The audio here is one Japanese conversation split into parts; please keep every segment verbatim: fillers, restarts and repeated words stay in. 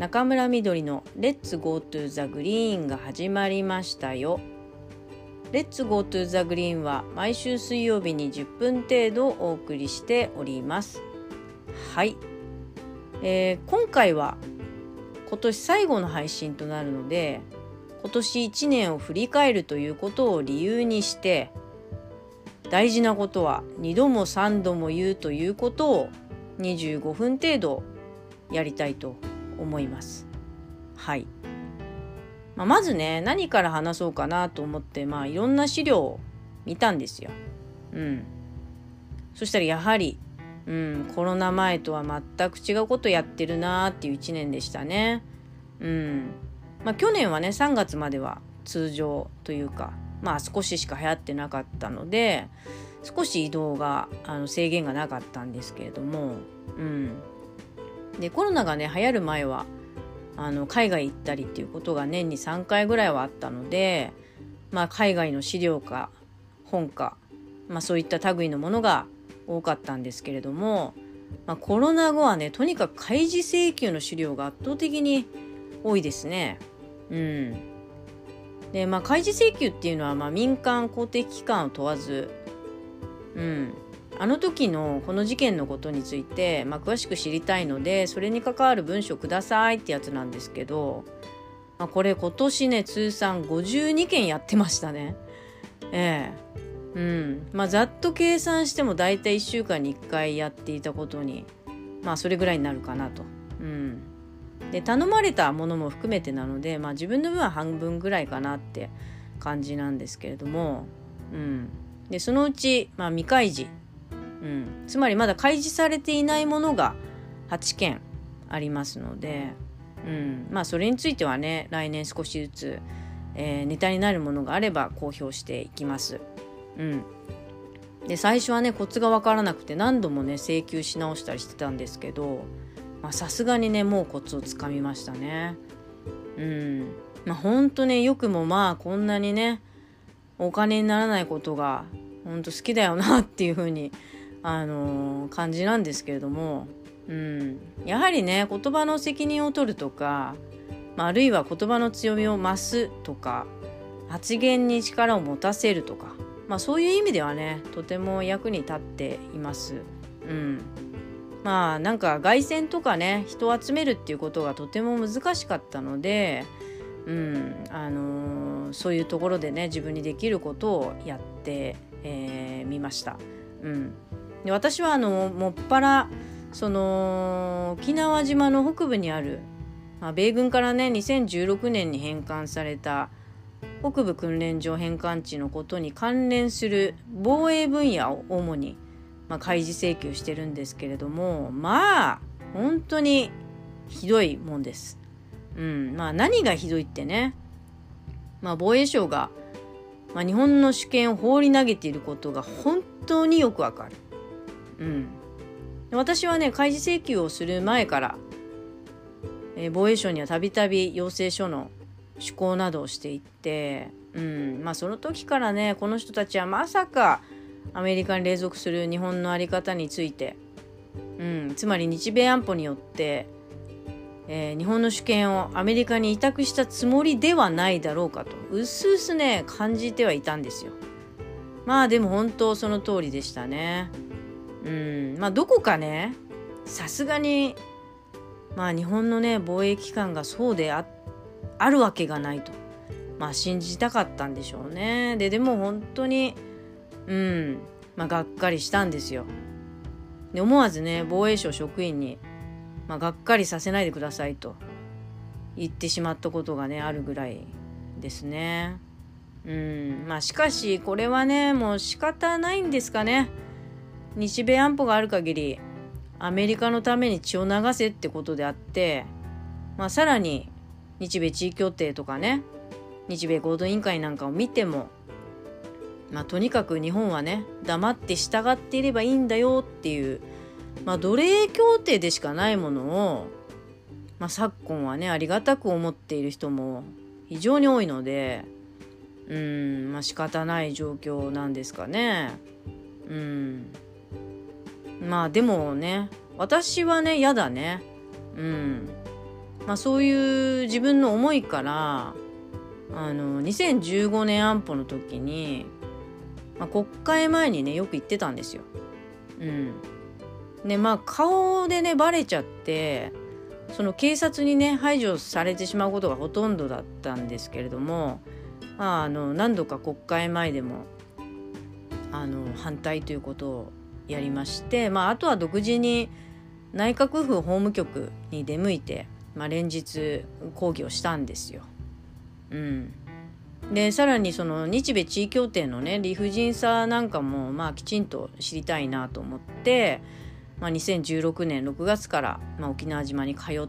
中村みどりのレッツゴートゥーザグリーンが始まりましたよ。レッツゴートゥーザグリーンは毎週水曜日にじゅっぷん程度お送りしております。はい、えー、今回は今年最後の配信となるので、今年いちねんを振り返るということを理由にして、大事なことはにどもさんども言うということをにじゅうごふん程度やりたいと思います。はい、まあ、まずね、何から話そうかなと思って、まあいろんな資料を見たんですよ。うん。そしたらやはり、うん、コロナ前とは全く違うことやってるなーっていういちねんでしたね。うん。まあ去年はね、さんがつまでは通常というか、まあ少ししか流行ってなかったので、少し移動があの制限がなかったんですけれども、うん。でコロナがね流行る前はあの海外行ったりっていうことが年にさんかいぐらいはあったので、まあ海外の資料か本か、まあそういった類のものが多かったんですけれども、まあ、コロナ後はねとにかく開示請求の資料が圧倒的に多いですね。うん。でまあ開示請求っていうのはまあ民間公的機関を問わず、うん、あの時のこの事件のことについて、まあ、詳しく知りたいのでそれに関わる文書くださいってやつなんですけど、まあ、これ今年ね通算ごじゅうにけんやってましたね。ええうんまあ、ざっと計算してもだいたいいっしゅうかんにいっかいやっていたことに、まあそれぐらいになるかなと。うん、で頼まれたものも含めてなので、まあ、自分の分は半分ぐらいかなって感じなんですけれども、うん、でそのうち、まあ、未開示、うん、つまりまだ開示されていないものがはちけんありますので、うんまあ、それについてはね来年少しずつ、えー、ネタになるものがあれば公表していきます。うん、で最初はねコツが分からなくて何度もね請求し直したりしてたんですけど、さすがにねもうコツをつかみましたね。うんまあほんとねよくもまあこんなにねお金にならないことがほんと好きだよなっていう風にあのー、感じなんですけれども、うんやはりね言葉の責任を取るとか、まあ、あるいは言葉の強みを増すとか発言に力を持たせるとか、まあそういう意味ではねとても役に立っています。うんまあなんか凱旋とかね人を集めるっていうことがとても難しかったので、うんあのー、そういうところでね自分にできることをやってみ、えー、ました。うん、で私はあのもっぱらその沖縄島の北部にある、まあ、米軍からねにせんじゅうろくねんに返還された北部訓練場返還地のことに関連する防衛分野を主に、まあ、開示請求してるんですけれども、まあ本当にひどいもんです。うんまあ何がひどいってね、まあ、防衛省が、まあ、日本の主権を放り投げていることが本当によくわかる。うん、私はね開示請求をする前から、えー、防衛省にはたびたび要請書の施行などをしていって、うんまあ、その時からねこの人たちはまさかアメリカに隷属する日本の在り方について、うん、つまり日米安保によって、えー、日本の主権をアメリカに委託したつもりではないだろうかとうすうすね感じてはいたんですよ。まあでも本当その通りでしたね。うんまあどこかねさすがにまあ日本のね防衛機関がそうであってあるわけがないと、まあ、信じたかったんでしょうね。ででも本当にうん、まあ、がっかりしたんですよ。で思わずね防衛省職員に、まあ、がっかりさせないでくださいと言ってしまったことがねあるぐらいですね。うんまあしかしこれはねもう仕方ないんですかね。日米安保がある限りアメリカのために血を流せってことであって、まあ、さらに日米地位協定とかね日米合同委員会なんかを見ても、まあ、とにかく日本はね黙って従っていればいいんだよっていう、まあ、奴隷協定でしかないものを、まあ、昨今はねありがたく思っている人も非常に多いので、うーんまあ仕方ない状況なんですかね。うんまあでもね私はね嫌だね。うんまあ、そういう自分の思いからあのにせんじゅうごねん安保の時に、まあ、国会前にねよく行ってたんですよ。うん、でまあ顔でねバレちゃって、その警察にね排除されてしまうことがほとんどだったんですけれども、まあ、あの何度か国会前でもあの反対ということをやりまして、まあ、あとは独自に内閣府法務局に出向いて、まあ、連日抗議をしたんですよ。うん、でさらにその日米地位協定のね理不尽さなんかもまあきちんと知りたいなと思って、まあ、にせんじゅうろくねんろくがつから、まあ、沖縄島に通って、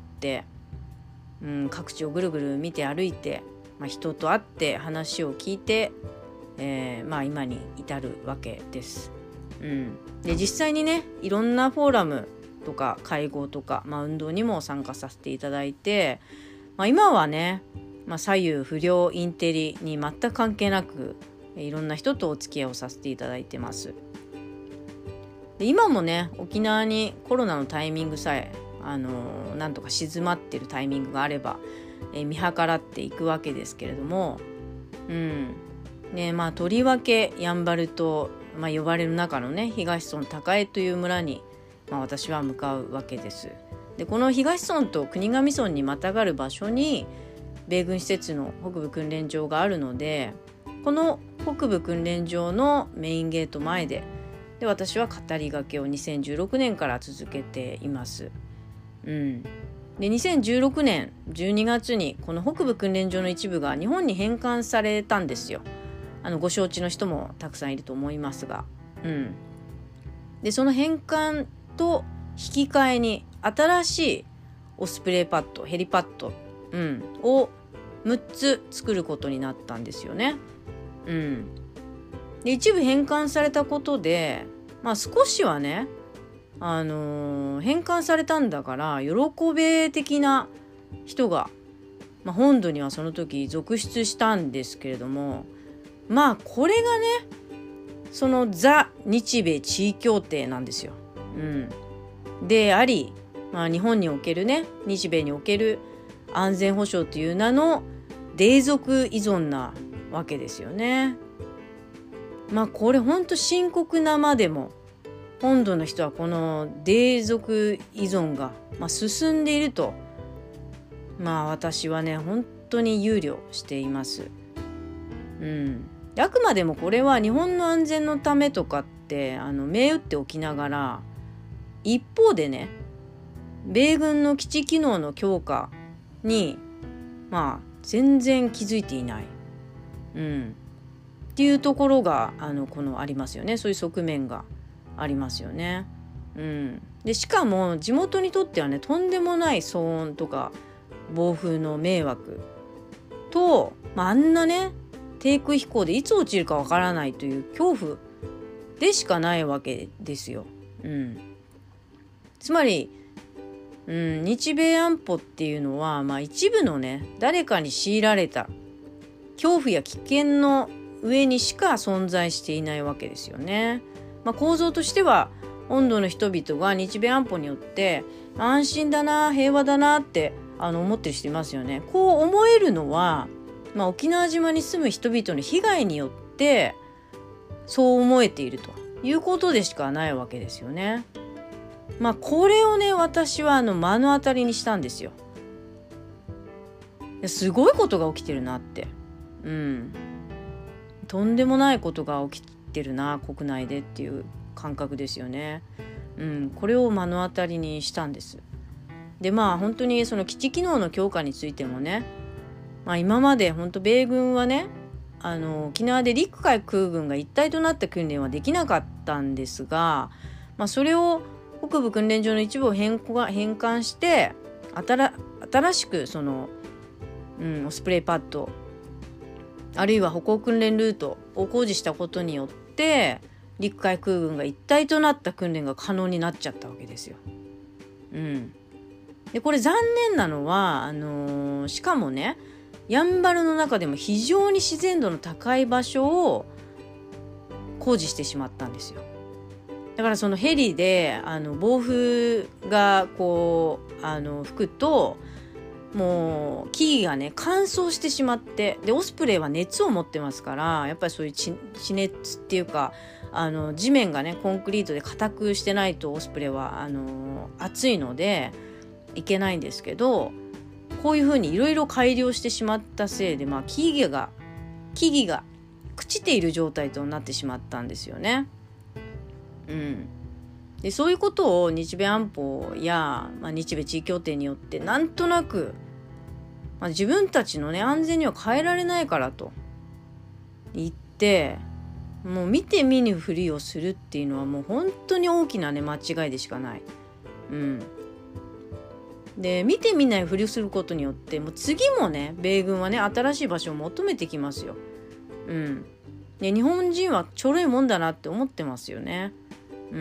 うん、各地をぐるぐる見て歩いて、まあ、人と会って話を聞いて、えーまあ、今に至るわけです。うん、で実際にねいろんなフォーラムとか会合とか、まあ、運動にも参加させていただいて、まあ、今はね、まあ、左右不良インテリに全く関係なくいろんな人とお付き合いをさせていただいてます。で今もね沖縄にコロナのタイミングさえあのー、なんとか静まってるタイミングがあれば、えー、見計らっていくわけですけれども、うんねまあ、とりわけやんばると、まあ、呼ばれる中のね東村高江という村に、まあ、私は向かうわけです。でこの東村と国頭村にまたがる場所に米軍施設の北部訓練場があるので、この北部訓練場のメインゲート前でで私は語りがけをにせんじゅうろくねんから続けています。うん、でにせんじゅうろくねんじゅうにがつにこの北部訓練場の一部が日本に返還されたんですよ。あのご承知の人もたくさんいると思いますが、うん、でその返還と引き換えに新しいオスプレイパッドヘリパッド、うん、をむっつ作ることになったんですよね。うん、で一部返還されたことで、まあ、少しはね、あのー、返還されたんだから喜べ的な人が、まあ、本土にはその時続出したんですけれども、まあこれがねそのザ日米地位協定なんですよ。うん、であり、まあ、日本におけるね日米における安全保障という名の隷属依存なわけですよね。まあこれほんと深刻なまでも本土の人はこの隷属依存が、まあ、進んでいると、まあ私はね本当に憂慮しています。うん、あくまでもこれは日本の安全のためとかってあの銘打っておきながら、一方でね米軍の基地機能の強化にまあ全然気づいていない、うん、っていうところがあのこのありますよね。そういう側面がありますよね。うん、でしかも地元にとってはねとんでもない騒音とか暴風の迷惑と、まあ、あんなね低空飛行でいつ落ちるかわからないという恐怖でしかないわけですよ。うん、つまり、うん、日米安保っていうのは、まあ、一部のね誰かに強いられた恐怖や危険の上にしか存在していないわけですよね。まあ、構造としては本土の人々が日米安保によって安心だな平和だなってあの思ってる人いますよね。こう思えるのはまあ、沖縄島に住む人々の被害によってそう思えているということでしかないわけですよね。まあこれをね私はあの目の当たりにしたんですよ。すごいことが起きてるなって、うん、とんでもないことが起きてるな国内でっていう感覚ですよね。うん、これを目の当たりにしたんです。でまあ本当にその基地機能の強化についてもね、まあ、今まで本当米軍はねあの沖縄で陸海空軍が一体となった訓練はできなかったんですが、まあ、それを北部訓練場の一部を変更変換して新, 新しくその、うん、オスプレイパッドあるいは歩行訓練ルートを工事したことによって陸海空軍が一体となった訓練が可能になっちゃったわけですよ。うん、でこれ残念なのはあのー、しかもねやんばるの中でも非常に自然度の高い場所を工事してしまったんですよ。だからそのヘリであの暴風がこうあの吹くともう木々がね乾燥してしまって、でオスプレイは熱を持ってますから、やっぱりそういう地熱っていうか、あの地面がねコンクリートで硬くしてないとオスプレイはあの暑いのでいけないんですけど、こういうふうにいろいろ改良してしまったせいで、まあ、木々が木々が朽ちている状態となってしまったんですよね。うん、でそういうことを日米安保や、まあ、日米地位協定によってなんとなく、まあ、自分たちのね安全には変えられないからと言って、もう見て見ぬふりをするっていうのはもう本当に大きなね間違いでしかない。うん、で見て見ないふりをすることによって、もう次もね米軍はね新しい場所を求めてきますよ。うん、で日本人はちょろいもんだなって思ってますよね。うん、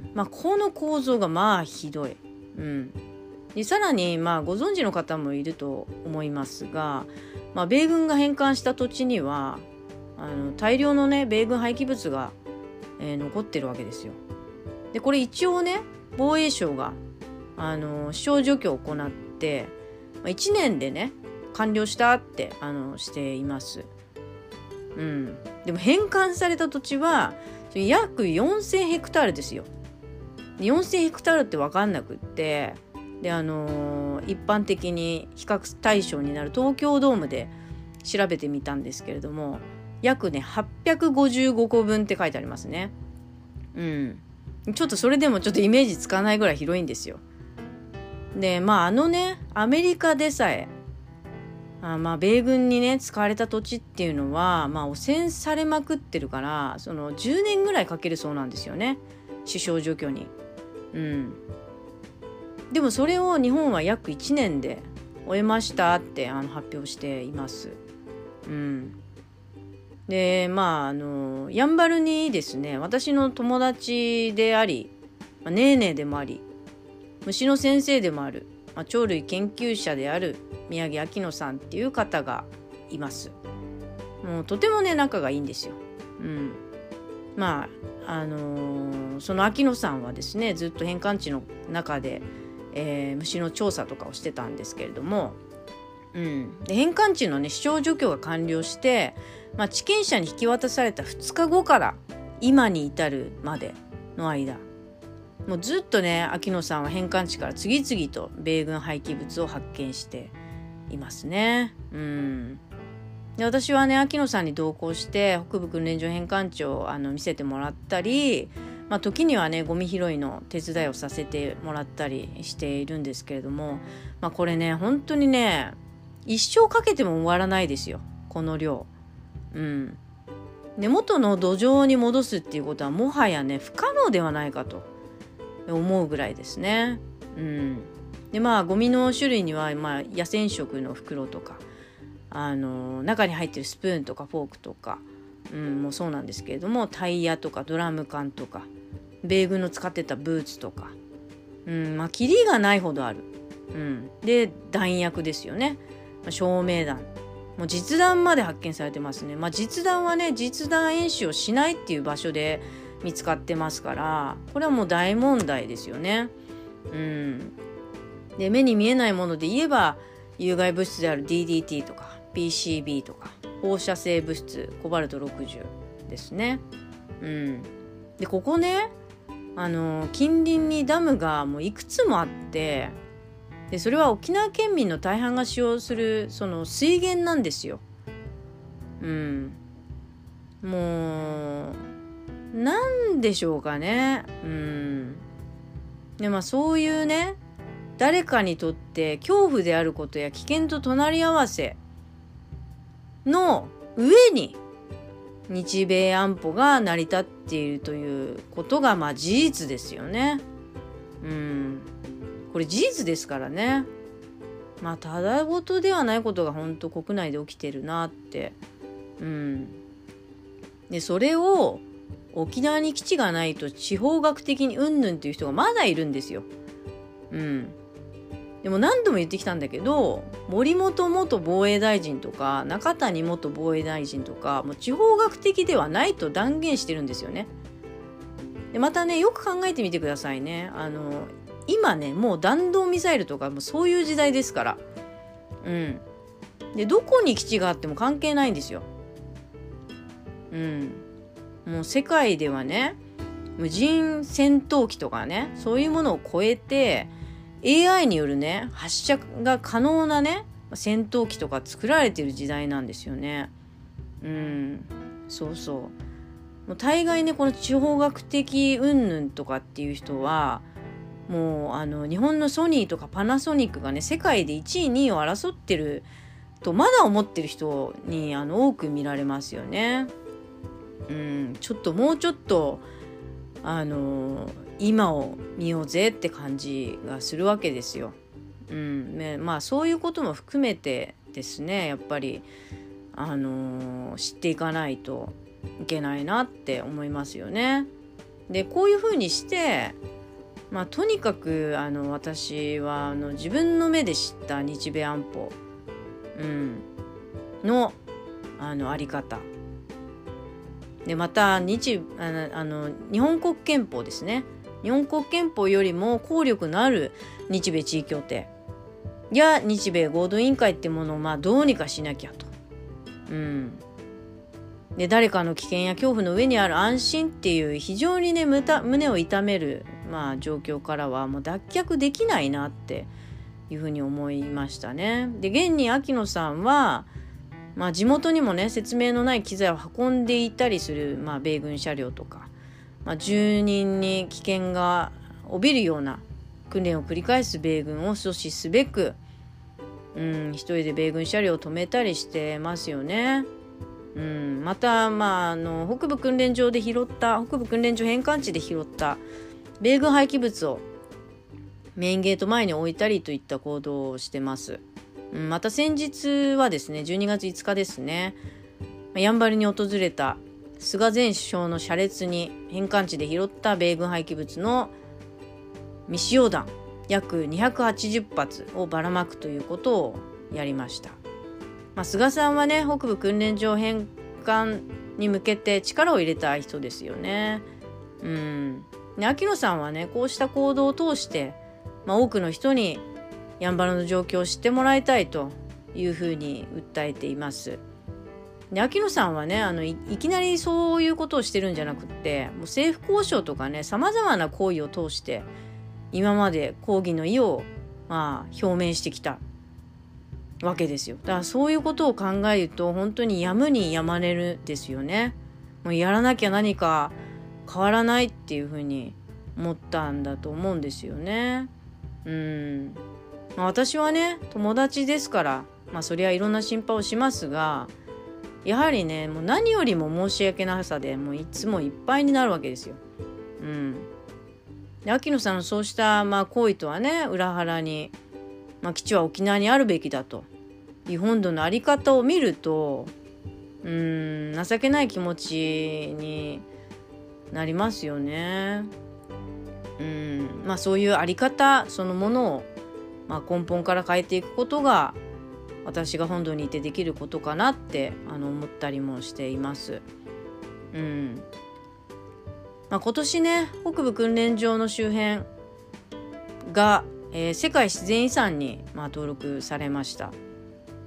まあこの構造がまあひどい。うん、でさらにまあご存知の方もいると思いますが、まあ、米軍が返還した土地にはあの大量のね米軍廃棄物が、えー、残ってるわけですよ。でこれ一応ね防衛省があの使用除去を行って、まあ、いちねんでね完了したってあのしています。うん、でも返還された土地は約よんせんヘクタールですよ。よんせんヘクタールって分かんなくって、で、あのー、一般的に比較対象になる東京ドームで調べてみたんですけれども、約ねはっぴゃくごじゅうごこぶんって書いてありますね。うん、ちょっとそれでもちょっとイメージつかないぐらい広いんですよ。でまああのねアメリカでさえあまあ米軍にね使われた土地っていうのはまあ汚染されまくってるから、そのじゅうねんぐらいかけるそうなんですよね、首相除去に。うん、でもそれを日本は約いちねんで終えましたってあの発表しています。うん、でまああのやんばるにですね、私の友達であり、まあ、ネーネーでもあり虫の先生でもある、まあ、鳥類研究者である宮城秋野さんっていう方がいます。もうとてもね仲がいいんですよ。うん、まああのー、その秋野さんはですねずっと返還地の中で、えー、虫の調査とかをしてたんですけれども、うん、で返還地のね使用除去が完了して、まあ、地権者に引き渡されたふつかごから今に至るまでの間、もうずっとね秋野さんは返還地から次々と米軍廃棄物を発見していますね。うん、で私はね秋野さんに同行して北部訓練所返還地をあの見せてもらったり、まあ、時にはねゴミ拾いの手伝いをさせてもらったりしているんですけれども、まあ、これね本当にね一生かけても終わらないですよこの量。うん、で元の土壌に戻すっていうことはもはやね不可能ではないかと思うぐらいですね。うん、でまあゴミの種類には、まあ、野染色の袋とかあの中に入ってるスプーンとかフォークとか、うん、もそうなんですけれども、タイヤとかドラム缶とか米軍の使ってたブーツとか、うん、まあキリがないほどある。うん、で弾薬ですよね、まあ、照明弾、もう実弾まで発見されてますね。まあ、実弾はね実弾演習をしないっていう場所で見つかってますから、これはもう大問題ですよね。うん、で目に見えないもので言えば有害物質である ディーディーティー とか ピーシービー とか放射性物質コバルトろくじゅうですね。うん、でここねあの近隣にダムがもういくつもあって、でそれは沖縄県民の大半が使用するその水源なんですよ。うん、もうなんでしょうかね。うん、でまあそういうね誰かにとって恐怖であることや危険と隣り合わせの上に日米安保が成り立っているということがまあ事実ですよね。うん、これ事実ですからね。まあただごとではないことが本当国内で起きてるなって。うん、でそれを沖縄に基地がないと地方学的にうんぬんっていう人がまだいるんですよ。うん、でも何度も言ってきたんだけど、森本元防衛大臣とか中谷元防衛大臣とかもう地方学的ではないと断言してるんですよね。でまたねよく考えてみてくださいね。あの今ねもう弾道ミサイルとかもそういう時代ですから、 うん。でどこに基地があっても関係ないんですよ。うん。もう世界ではね、無人戦闘機とかね、そういうものを超えて エーアイ によるね発射が可能なね戦闘機とか作られている時代なんですよね。うん、そうそう。もう大概ねこの地方学的云々とかっていう人はもうあの日本のソニーとかパナソニックがね世界でいちいにいを争ってるとまだ思ってる人にあの多く見られますよね。うん、ちょっともうちょっとあの今を見ようぜって感じがするわけですよ。うんね、まあそういうことも含めてですね、やっぱりあの知っていかないといけないなって思いますよね。でこういうふうにしてまあとにかくあの私はあの自分の目で知った日米安保、うん、のあのあり方で、また日あのあの日本国憲法ですね。日本国憲法よりも効力のある日米地位協定や日米合同委員会っていうものをまあどうにかしなきゃと。うん、で誰かの危険や恐怖の上にある安心っていう非常にね胸を痛める、まあ、状況からはもう脱却できないなっていうふうに思いましたね。で現に秋野さんは、まあ、地元にもね説明のない機材を運んでいたりする、まあ、米軍車両とか、まあ、住人に危険が帯びるような訓練を繰り返す米軍を阻止すべく、うん、一人で米軍車両を止めたりしてますよね。うん、また、まあ、あの北部訓練場で拾った北部訓練場返還地で拾った米軍廃棄物をメインゲート前に置いたりといった行動をしてます。うん、また先日はですねじゅうにがついつかですね、やんばるに訪れた菅前首相の車列に返還地で拾った米軍廃棄物の未使用弾約にひゃくはちじゅっぱつをばらまくということをやりました。まあ、菅さんはね北部訓練場返還に向けて力を入れた人ですよね。うん、で秋野さんはねこうした行動を通して、まあ、多くの人にやんばるの状況を知ってもらいたいというふうに訴えています。で秋野さんはねあの い, いきなりそういうことをしてるんじゃなくって、もう政府交渉とかねさまざまな行為を通して今まで抗議の意を、まあ、表明してきたわけですよ。だからそういうことを考えると本当にやむにやまれるですよね。もうやらなきゃ何か変わらないっていうふうに思ったんだと思うんですよね。うん、まあ、私はね友達ですから、まあ、そりゃいろんな心配をしますが、やはりねもう何よりも申し訳なさでもういつもいっぱいになるわけですよ。うん、で秋野さんのそうした、まあ、行為とはね裏腹に、まあ、基地は沖縄にあるべきだという本土の在り方を見ると、うーん情けない気持ちになりますよね。うんまあそういう在り方そのものを、まあ、根本から変えていくことが私が本土にいてできることかなってあの思ったりもしています。うんまあ、今年ね北部訓練場の周辺が、えー、世界自然遺産に、まあ、登録されました。うん、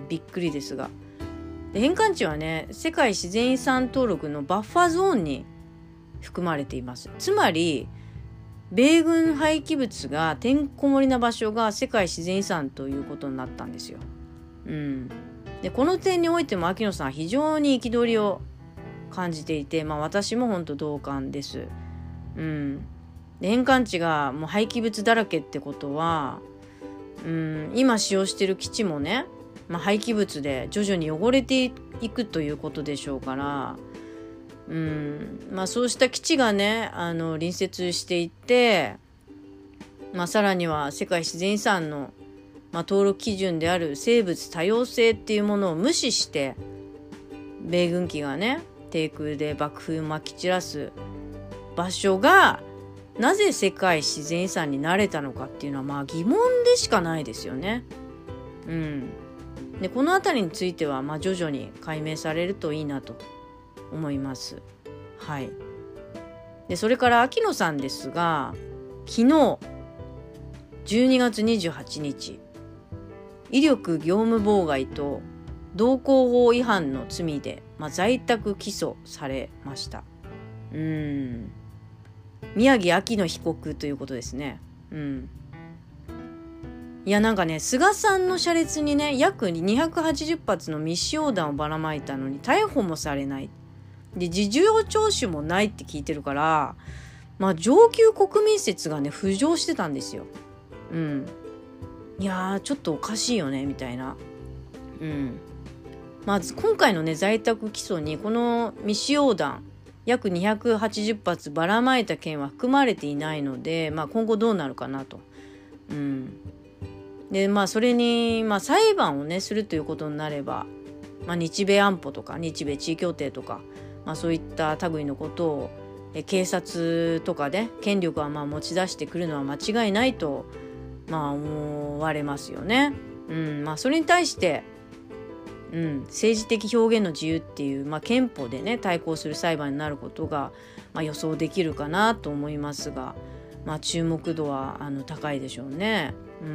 びっくりですが、で返還地はね世界自然遺産登録のバッファーゾーンに含まれています。つまり米軍廃棄物がてんこ盛りな場所が世界自然遺産ということになったんですよ。うん、でこの点においても秋野さんは非常に憤りを感じていて、まあ、私も本当同感です。うん、で返還地がもう廃棄物だらけってことは、うん、今使用している基地もねまあ、廃棄物で徐々に汚れていくということでしょうから、うんまあ、そうした基地がねあの隣接していて、まあ、さらには世界自然遺産の、まあ、登録基準である生物多様性っていうものを無視して米軍機がね低空で爆風をまき散らす場所がなぜ世界自然遺産になれたのかっていうのはまあ疑問でしかないですよね。うんでこのあたりについては、まあ、徐々に解明されるといいなと思います。はい。でそれから秋野さんですが、昨日じゅうにがつにじゅうはちにち威力業務妨害と道交法違反の罪で、まあ、在宅起訴されました。うーん宮城秋乃被告ということですね。うん。いやなんかね、菅さんの車列にね約にひゃくはちじゅっぱつの未使用弾をばらまいたのに逮捕もされないで、事情聴取もないって聞いてるから、まあ上級国民説がね浮上してたんですよ。うん。いやーちょっとおかしいよねみたいな。うん。まず今回のね在宅起訴にこの未使用弾約にひゃくはちじゅっぱつばらまいた件は含まれていないので、まあ、今後どうなるかなと。うん、でまあそれに、まあ、裁判をねするということになれば、まあ、日米安保とか日米地位協定とか、まあ、そういった類のことをえ警察とかで権力はまあ持ち出してくるのは間違いないと、まあ、思われますよね。うんまあ、それに対してうん、政治的表現の自由っていう、まあ、憲法でね対抗する裁判になることが、まあ、予想できるかなと思いますが、まあ、注目度はあの高いでしょうね。うん、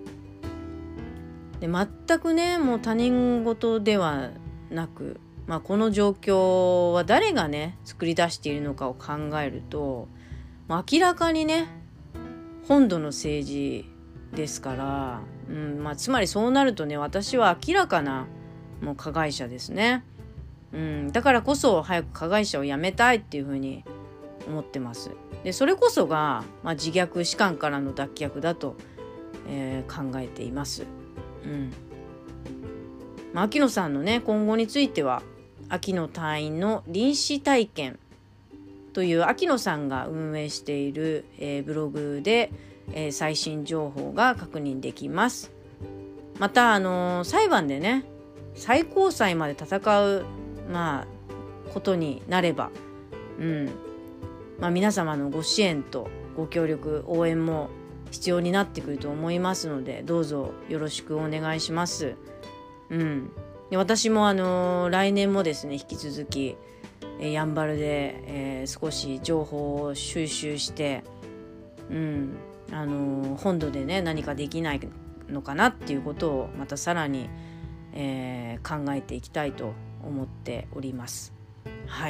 で全くねもう他人事ではなく、まあ、この状況は誰がね作り出しているのかを考えると、まあ、明らかにね本土の政治ですから、うんまあ、つまりそうなるとね私は明らかなもう加害者ですね。うん、だからこそ早く加害者をやめたいっていうふうに思ってます。でそれこそが、まあ、自虐士官からの脱却だと、えー、考えています。うんまあ、秋野さんのね今後については秋野隊員の臨死体験という秋野さんが運営している、えー、ブログで、えー、最新情報が確認できます。また、あのー、裁判でね最高裁まで戦う、まあ、ことになれば、うんまあ、皆様のご支援とご協力応援も必要になってくると思いますので、どうぞよろしくお願いします。うん、で私も、あのー、来年もですね引き続き、えー、やんばるで、えー、少し情報を収集して、うんあのー、本土でね何かできないのかなっていうことをまたさらにえー、考えていきたいと思っております。はい。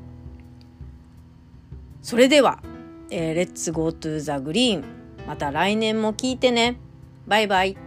それでは、えー、Let's go to the green。また来年も聞いてね。バイバイ。